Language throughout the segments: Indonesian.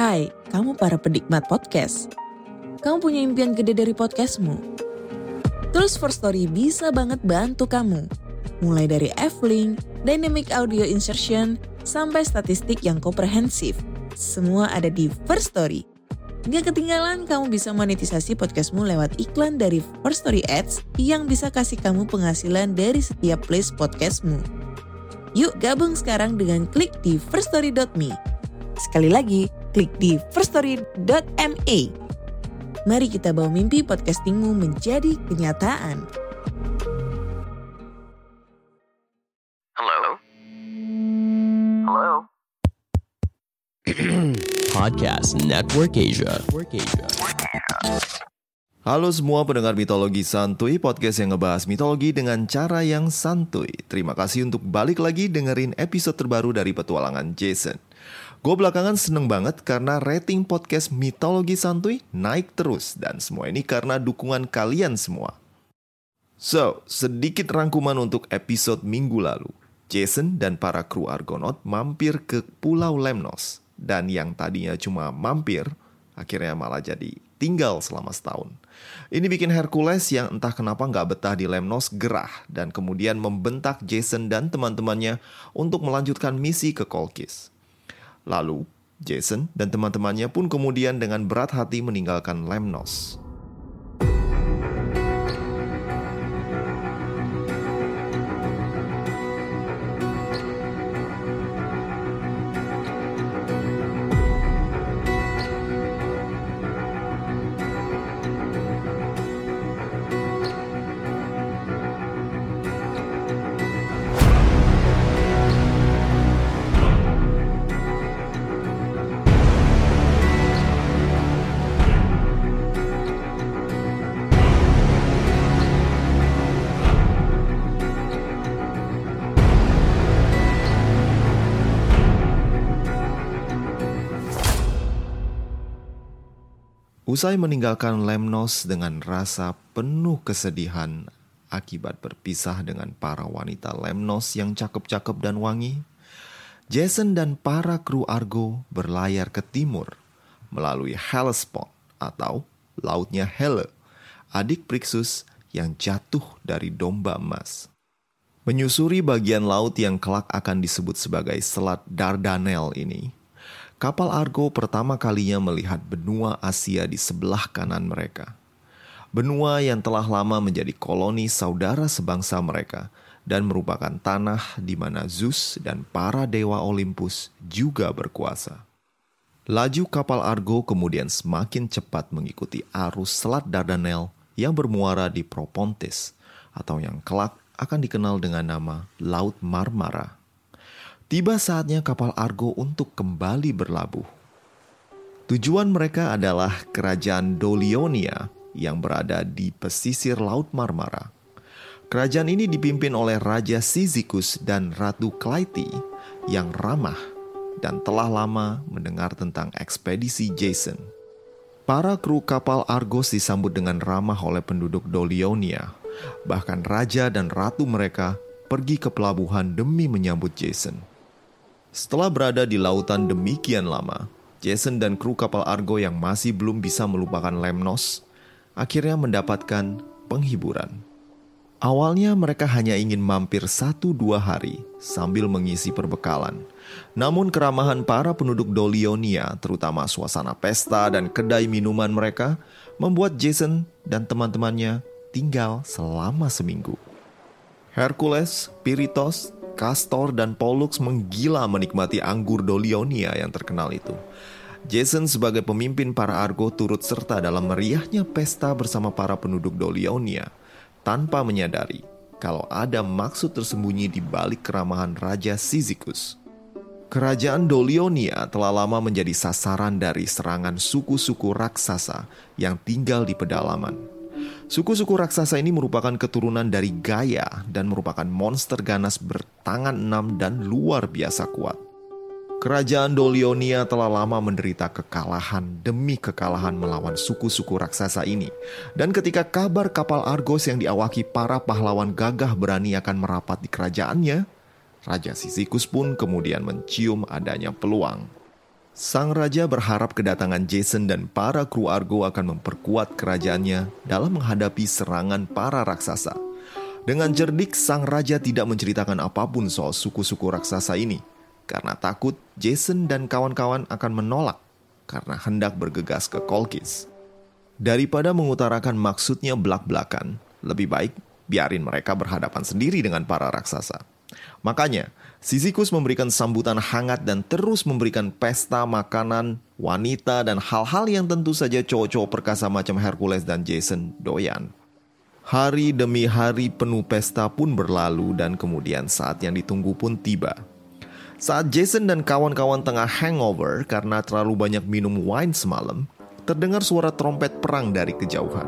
Hai, kamu para penikmat podcast. Kamu punya impian gede dari podcastmu? Tools for Story bisa banget bantu kamu. Mulai dari F-Link, Dynamic Audio Insertion, sampai statistik yang komprehensif. Semua ada di First Story. Gak ketinggalan kamu bisa monetisasi podcastmu lewat iklan dari First Story Ads yang bisa kasih kamu penghasilan dari setiap place podcastmu. Yuk gabung sekarang dengan klik di firststory.me. Sekali lagi, klik di firststory.me. Mari kita bawa mimpi podcastingmu menjadi kenyataan. Hello? Podcast Network Asia. Halo semua pendengar Mitologi Santuy, podcast yang ngebahas mitologi dengan cara yang santuy. Terima kasih untuk balik lagi dengerin episode terbaru dari Petualangan Jason. Gue belakangan seneng banget karena rating podcast Mitologi Santuy naik terus. Dan semua ini karena dukungan kalian semua. So, sedikit rangkuman untuk episode minggu lalu. Jason dan para kru Argonaut mampir ke Pulau Lemnos. Dan yang tadinya cuma mampir, akhirnya malah jadi tinggal selama setahun. Ini bikin Hercules yang entah kenapa nggak betah di Lemnos gerah dan kemudian membentak Jason dan teman-temannya untuk melanjutkan misi ke Kolkis. Lalu, Jason dan teman-temannya pun kemudian dengan berat hati meninggalkan Lemnos. Usai meninggalkan Lemnos dengan rasa penuh kesedihan akibat berpisah dengan para wanita Lemnos yang cakep-cakep dan wangi, Jason dan para kru Argo berlayar ke timur melalui Hellespont atau lautnya Helle, adik Phrixus yang jatuh dari domba emas. Menyusuri bagian laut yang kelak akan disebut sebagai Selat Dardanelle ini, kapal Argo pertama kalinya melihat benua Asia di sebelah kanan mereka. Benua yang telah lama menjadi koloni saudara sebangsa mereka dan merupakan tanah di mana Zeus dan para dewa Olympus juga berkuasa. Laju kapal Argo kemudian semakin cepat mengikuti arus Selat Dardanelle yang bermuara di Propontis atau yang kelak akan dikenal dengan nama Laut Marmara. Tiba saatnya kapal Argo untuk kembali berlabuh. Tujuan mereka adalah kerajaan Dolionia yang berada di pesisir Laut Marmara. Kerajaan ini dipimpin oleh Raja Cyzicus dan Ratu Clytie yang ramah dan telah lama mendengar tentang ekspedisi Jason. Para kru kapal Argos disambut dengan ramah oleh penduduk Dolionia. Bahkan raja dan ratu mereka pergi ke pelabuhan demi menyambut Jason. Setelah berada di lautan demikian lama, Jason dan kru kapal Argo yang masih belum bisa melupakan Lemnos akhirnya mendapatkan penghiburan. Awalnya mereka hanya ingin mampir 1-2 hari sambil mengisi perbekalan. Namun keramahan para penduduk Dolionia, terutama suasana pesta dan kedai minuman mereka, membuat Jason dan teman-temannya tinggal selama seminggu. Hercules, Pirithos, Castor dan Pollux menggila menikmati anggur Dolionia yang terkenal itu. Jason sebagai pemimpin para Argo turut serta dalam meriahnya pesta bersama para penduduk Dolionia tanpa menyadari kalau ada maksud tersembunyi di balik keramahan Raja Cyzicus. Kerajaan Dolionia telah lama menjadi sasaran dari serangan suku-suku raksasa yang tinggal di pedalaman. Suku-suku raksasa ini merupakan keturunan dari Gaia dan merupakan monster ganas bertangan 6 dan luar biasa kuat. Kerajaan Dolionia telah lama menderita kekalahan demi kekalahan melawan suku-suku raksasa ini. Dan ketika kabar kapal Argos yang diawaki para pahlawan gagah berani akan merapat di kerajaannya, Raja Cyzicus pun kemudian mencium adanya peluang. Sang raja berharap kedatangan Jason dan para kru Argo akan memperkuat kerajaannya dalam menghadapi serangan para raksasa. Dengan cerdik, sang raja tidak menceritakan apapun soal suku-suku raksasa ini, karena takut Jason dan kawan-kawan akan menolak karena hendak bergegas ke Colchis. Daripada mengutarakan maksudnya belak-belakan, lebih baik biarin mereka berhadapan sendiri dengan para raksasa. Makanya, Sisychus memberikan sambutan hangat dan terus memberikan pesta makanan, wanita, dan hal-hal yang tentu saja cowok-cowok perkasa macam Hercules dan Jason doyan. Hari demi hari penuh pesta pun berlalu dan kemudian saat yang ditunggu pun tiba. Saat Jason dan kawan-kawan tengah hangover karena terlalu banyak minum wine semalam, terdengar suara trompet perang dari kejauhan.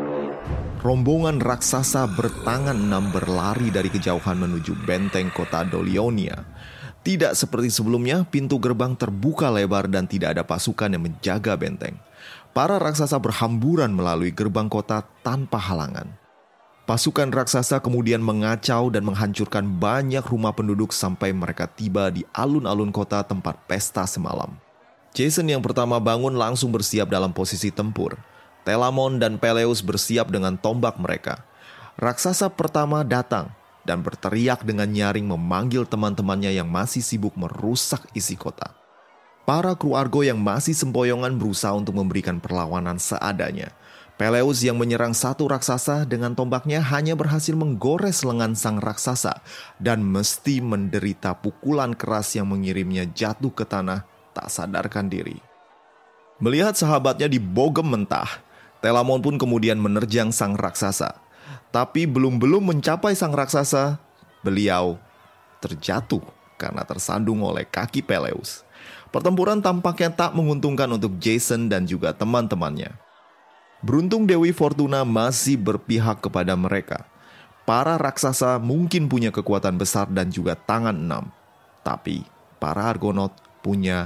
Rombongan raksasa bertangan 6 berlari dari kejauhan menuju benteng kota Dolionia. Tidak seperti sebelumnya, pintu gerbang terbuka lebar dan tidak ada pasukan yang menjaga benteng. Para raksasa berhamburan melalui gerbang kota tanpa halangan. Pasukan raksasa kemudian mengacau dan menghancurkan banyak rumah penduduk sampai mereka tiba di alun-alun kota tempat pesta semalam. Jason yang pertama bangun langsung bersiap dalam posisi tempur. Telamon dan Peleus bersiap dengan tombak mereka. Raksasa pertama datang dan berteriak dengan nyaring memanggil teman-temannya yang masih sibuk merusak isi kota. Para kru Argo yang masih sempoyongan berusaha untuk memberikan perlawanan seadanya. Peleus yang menyerang satu raksasa dengan tombaknya hanya berhasil menggores lengan sang raksasa dan mesti menderita pukulan keras yang mengirimnya jatuh ke tanah tak sadarkan diri. Melihat sahabatnya dibogem mentah, Telamon pun kemudian menerjang sang raksasa. Tapi belum mencapai sang raksasa, beliau terjatuh karena tersandung oleh kaki Peleus. Pertempuran tampaknya tak menguntungkan untuk Jason dan juga teman-temannya. Beruntung Dewi Fortuna masih berpihak kepada mereka. Para raksasa mungkin punya kekuatan besar dan juga tangan 6. Tapi para Argonaut punya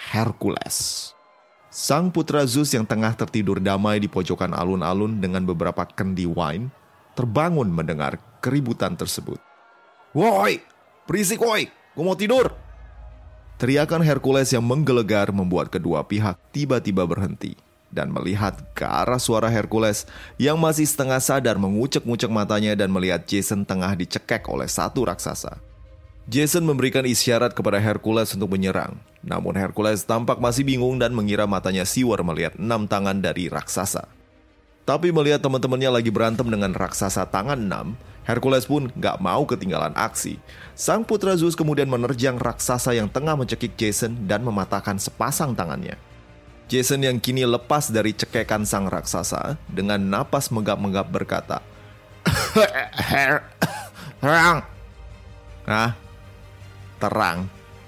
Hercules. Sang putra Zeus yang tengah tertidur damai di pojokan alun-alun dengan beberapa kendi wine, terbangun mendengar keributan tersebut. "Woi, berisik woi, gue mau tidur!" Teriakan Hercules yang menggelegar membuat kedua pihak tiba-tiba berhenti dan melihat ke arah suara Hercules yang masih setengah sadar mengucek-ngucek matanya dan melihat Jason tengah dicekek oleh satu raksasa. Jason memberikan isyarat kepada Hercules untuk menyerang. Namun Hercules tampak masih bingung dan mengira matanya siwer melihat 6 tangan dari raksasa. Tapi melihat teman-temannya lagi berantem dengan raksasa tangan 6, Hercules pun gak mau ketinggalan aksi. Sang putra Zeus kemudian menerjang raksasa yang tengah mencekik Jason dan mematahkan sepasang tangannya. Jason yang kini lepas dari cekekan sang raksasa dengan napas menggap-menggap berkata, "Terang." Terang.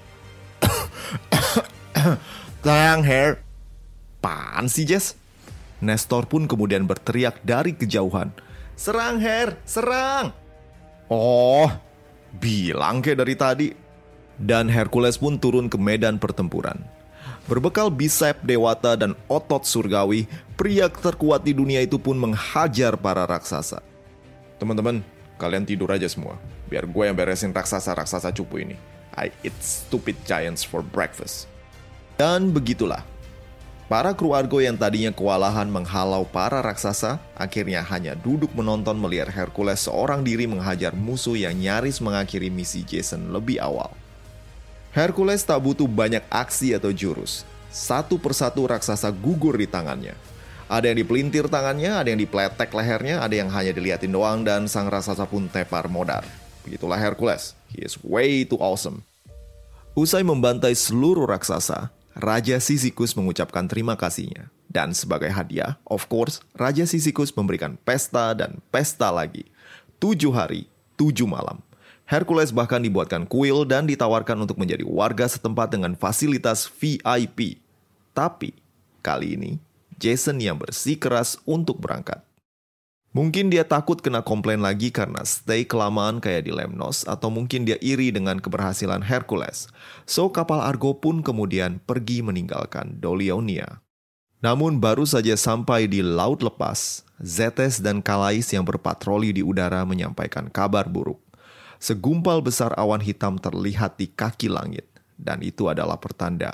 Terang, Her. Apaan sih, Jess? Nestor pun kemudian berteriak dari kejauhan. "Serang, Her, serang!" Oh, bilang kayak dari tadi. Dan Hercules pun turun ke medan pertempuran. Berbekal bisep dewata dan otot surgawi, pria terkuat di dunia itu pun menghajar para raksasa. Teman-teman, kalian tidur aja semua. Biar gue yang beresin raksasa-raksasa cupu ini. I eat stupid giants for breakfast. Dan begitulah. Para kru Argo yang tadinya kewalahan menghalau para raksasa, akhirnya hanya duduk menonton melihat Hercules seorang diri menghajar musuh yang nyaris mengakhiri misi Jason lebih awal. Hercules tak butuh banyak aksi atau jurus. Satu persatu raksasa gugur di tangannya. Ada yang dipelintir tangannya, ada yang dipletek lehernya, ada yang hanya diliatin doang dan sang raksasa pun tepar modar. Begitulah Hercules. He is way too awesome. Usai membantai seluruh raksasa, Raja Sisychus mengucapkan terima kasihnya. Dan sebagai hadiah, of course, Raja Sisychus memberikan pesta dan pesta lagi. 7 hari, 7 malam. Hercules bahkan dibuatkan kuil dan ditawarkan untuk menjadi warga setempat dengan fasilitas VIP. Tapi, kali ini, Jason yang bersikeras untuk berangkat. Mungkin dia takut kena komplain lagi karena stay kelamaan kayak di Lemnos, atau mungkin dia iri dengan keberhasilan Hercules. So kapal Argo pun kemudian pergi meninggalkan Dolionia. Namun baru saja sampai di Laut Lepas, Zetes dan Calais yang berpatroli di udara menyampaikan kabar buruk. Segumpal besar awan hitam terlihat di kaki langit, dan itu adalah pertanda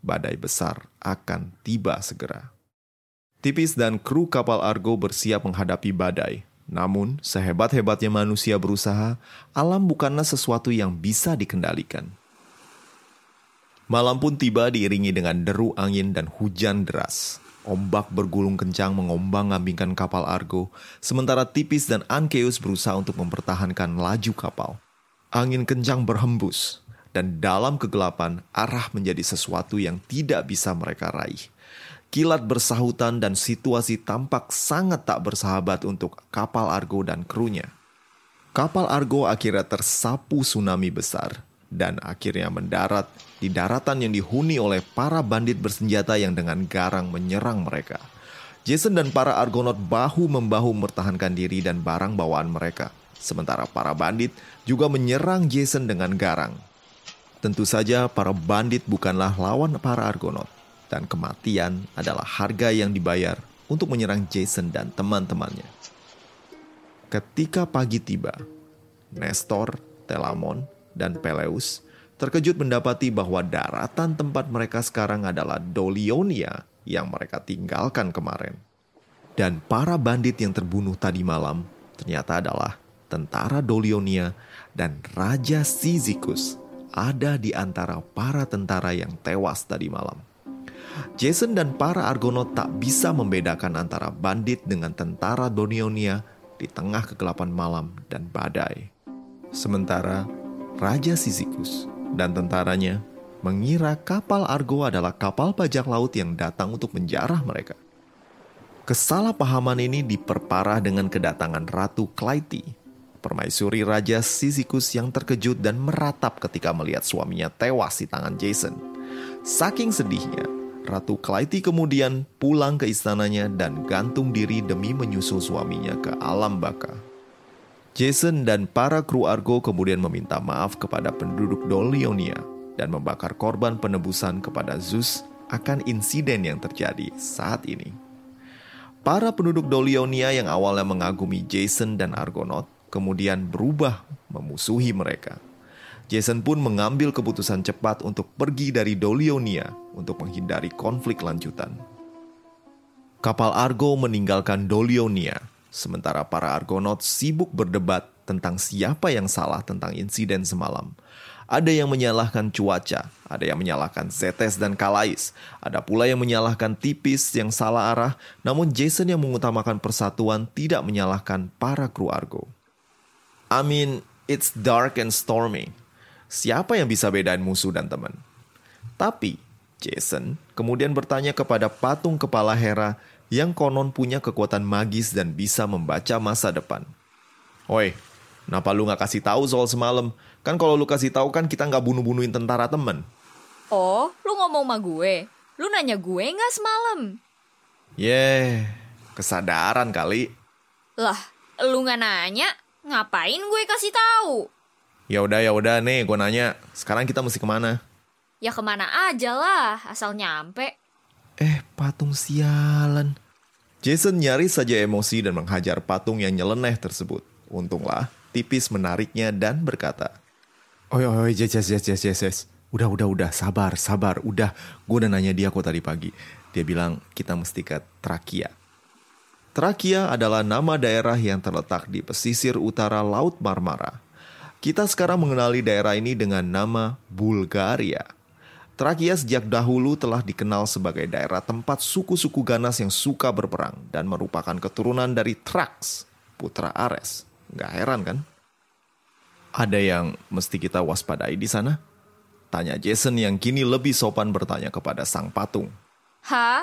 badai besar akan tiba segera. Tipis dan kru kapal Argo bersiap menghadapi badai. Namun, sehebat-hebatnya manusia berusaha, alam bukanlah sesuatu yang bisa dikendalikan. Malam pun tiba diiringi dengan deru angin dan hujan deras. Ombak bergulung kencang mengombang-ambingkan kapal Argo, sementara Tipis dan Ankeus berusaha untuk mempertahankan laju kapal. Angin kencang berhembus, dan dalam kegelapan arah menjadi sesuatu yang tidak bisa mereka raih. Kilat bersahutan dan situasi tampak sangat tak bersahabat untuk kapal Argo dan krunya. Kapal Argo akhirnya tersapu tsunami besar dan akhirnya mendarat di daratan yang dihuni oleh para bandit bersenjata yang dengan garang menyerang mereka. Jason dan para Argonaut bahu-membahu mempertahankan diri dan barang bawaan mereka, sementara para bandit juga menyerang Jason dengan garang. Tentu saja para bandit bukanlah lawan para Argonaut. Dan kematian adalah harga yang dibayar untuk menyerang Jason dan teman-temannya. Ketika pagi tiba, Nestor, Telamon, dan Peleus terkejut mendapati bahwa daratan tempat mereka sekarang adalah Dolionia yang mereka tinggalkan kemarin. Dan para bandit yang terbunuh tadi malam ternyata adalah tentara Dolionia dan Raja Cyzicus ada di antara para tentara yang tewas tadi malam. Jason dan para Argonaut tak bisa membedakan antara bandit dengan tentara Dolionia di tengah kegelapan malam dan badai. Sementara Raja Cyzicus dan tentaranya mengira kapal Argo adalah kapal bajak laut yang datang untuk menjarah mereka. Kesalahpahaman ini diperparah dengan kedatangan Ratu Clytie, permaisuri Raja Cyzicus yang terkejut dan meratap ketika melihat suaminya tewas di tangan Jason. Saking sedihnya, Ratu Clytie kemudian pulang ke istananya dan gantung diri demi menyusul suaminya ke alam baka. Jason dan para kru Argo kemudian meminta maaf kepada penduduk Dolionia dan membakar korban penebusan kepada Zeus akan insiden yang terjadi saat ini. Para penduduk Dolionia yang awalnya mengagumi Jason dan Argonaut kemudian berubah memusuhi mereka. Jason pun mengambil keputusan cepat untuk pergi dari Dolionia untuk menghindari konflik lanjutan. Kapal Argo meninggalkan Dolionia, sementara para Argonaut sibuk berdebat tentang siapa yang salah tentang insiden semalam. Ada yang menyalahkan cuaca, ada yang menyalahkan Zetes dan Calais, ada pula yang menyalahkan Tipis yang salah arah, namun Jason yang mengutamakan persatuan tidak menyalahkan para kru Argo. I mean, it's dark and stormy. Siapa yang bisa bedain musuh dan teman? Tapi Jason kemudian bertanya kepada patung kepala Hera yang konon punya kekuatan magis dan bisa membaca masa depan. Oi, kenapa lu gak kasih tahu soal semalam? Kan kalau lu kasih tahu kan kita gak bunuh-bunuhin tentara temen. Oh, lu ngomong sama gue? Lu nanya gue gak semalam? Kesadaran kali. Lah, lu gak nanya? Ngapain gue kasih tahu? Ya udah nih gue nanya. Sekarang kita mesti kemana? Ya kemana aja lah, asal nyampe. Patung sialan. Jason nyaris saja emosi dan menghajar patung yang nyeleneh tersebut. Untunglah, Tipis menariknya dan berkata, Oi, Jess. Udah, sabar. Udah, gue udah nanya dia kok tadi pagi. Dia bilang kita mesti ke Trakia. Trakia adalah nama daerah yang terletak di pesisir utara Laut Marmara. Kita sekarang mengenali daerah ini dengan nama Bulgaria. Trakia sejak dahulu telah dikenal sebagai daerah tempat suku-suku ganas yang suka berperang dan merupakan keturunan dari Thrax, putra Ares. Gak heran kan? Ada yang mesti kita waspadai di sana? Tanya Jason yang kini lebih sopan bertanya kepada sang patung. Hah?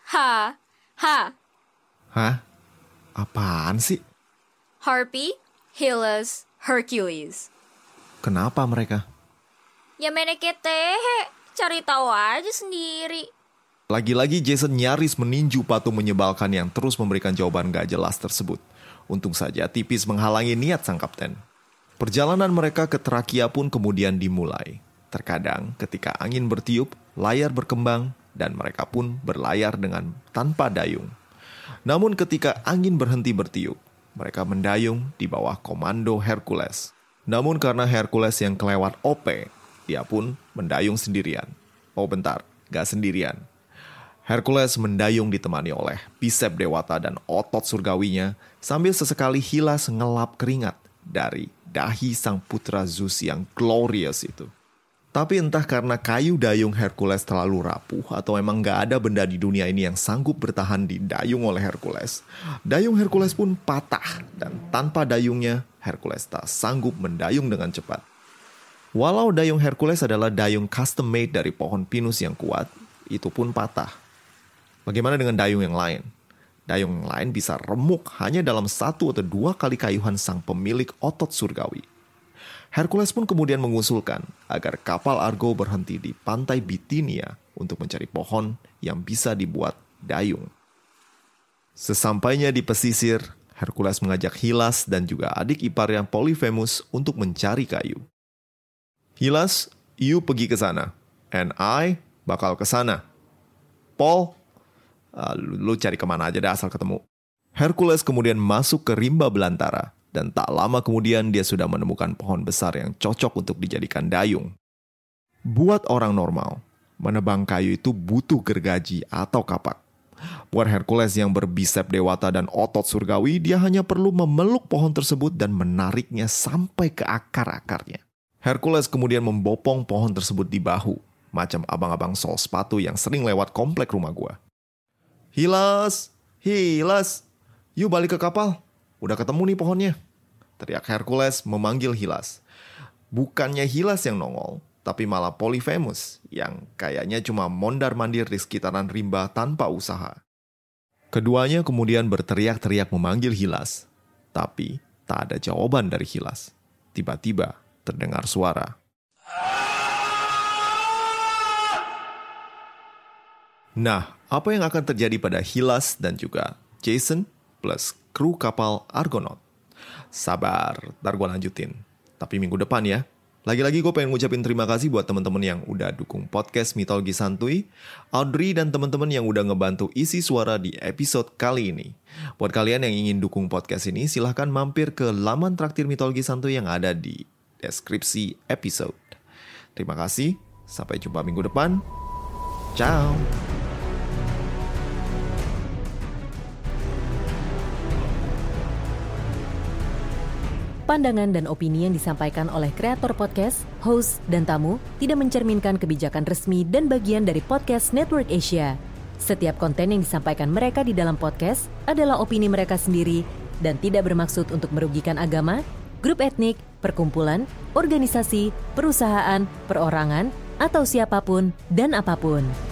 Apaan sih? Harpy, Hylas, Hercules. Kenapa mereka? Ya meneketehe, cari tahu aja sendiri. Lagi-lagi Jason nyaris meninju patung menyebalkan yang terus memberikan jawaban gak jelas tersebut. Untung saja Tipis menghalangi niat sang kapten. Perjalanan mereka ke Trakia pun kemudian dimulai. Terkadang ketika angin bertiup, layar berkembang dan mereka pun berlayar dengan tanpa dayung. Namun ketika angin berhenti bertiup, mereka mendayung di bawah komando Hercules. Namun karena Hercules yang kelewat OP, dia pun mendayung sendirian. Oh bentar, gak sendirian. Hercules mendayung ditemani oleh bisep dewata dan otot surgawinya sambil sesekali Hylas ngelap keringat dari dahi sang putra Zeus yang glorious itu. Tapi entah karena kayu dayung Hercules terlalu rapuh atau emang gak ada benda di dunia ini yang sanggup bertahan di dayung oleh Hercules, dayung Hercules pun patah dan tanpa dayungnya Hercules tak sanggup mendayung dengan cepat. Walau dayung Hercules adalah dayung custom made dari pohon pinus yang kuat, itu pun patah. Bagaimana dengan dayung yang lain? Dayung yang lain bisa remuk hanya dalam 1 atau 2 kali kayuhan sang pemilik otot surgawi. Hercules pun kemudian mengusulkan agar kapal Argo berhenti di pantai Bitinia untuk mencari pohon yang bisa dibuat dayung. Sesampainya di pesisir, Hercules mengajak Hylas dan juga adik iparnya Polyphemus untuk mencari kayu. Hylas, you pergi ke sana, and I bakal ke sana. Paul, lu cari kemana aja dah asal ketemu. Hercules kemudian masuk ke rimba belantara. Dan tak lama kemudian dia sudah menemukan pohon besar yang cocok untuk dijadikan dayung. Buat orang normal, menebang kayu itu butuh gergaji atau kapak. Buat Hercules yang berbisep dewata dan otot surgawi, dia hanya perlu memeluk pohon tersebut dan menariknya sampai ke akar-akarnya. Hercules kemudian membopong pohon tersebut di bahu, macam abang-abang sol sepatu yang sering lewat komplek rumah gua. Hylas, yuk balik ke kapal. Udah ketemu nih pohonnya, teriak Hercules memanggil Hylas. Bukannya Hylas yang nongol, tapi malah Polyphemus yang kayaknya cuma mondar-mandir di sekitaran rimba tanpa usaha. Keduanya kemudian berteriak-teriak memanggil Hylas, tapi tak ada jawaban dari Hylas. Tiba-tiba terdengar suara. Nah, apa yang akan terjadi pada Hylas dan juga Jason plus kru kapal Argonaut? Sabar, ntar gue lanjutin. Tapi minggu depan ya. Lagi-lagi gue pengen ngucapin terima kasih buat teman-teman yang udah dukung podcast Mitologi Santuy, Audrey dan teman-teman yang udah ngebantu isi suara di episode kali ini. Buat kalian yang ingin dukung podcast ini, silahkan mampir ke laman traktir Mitologi Santuy yang ada di deskripsi episode. Terima kasih, sampai jumpa minggu depan. Ciao. Pandangan dan opini yang disampaikan oleh kreator podcast, host, dan tamu tidak mencerminkan kebijakan resmi dan bagian dari podcast Network Asia. Setiap konten yang disampaikan mereka di dalam podcast adalah opini mereka sendiri dan tidak bermaksud untuk merugikan agama, grup etnik, perkumpulan, organisasi, perusahaan, perorangan, atau siapapun dan apapun.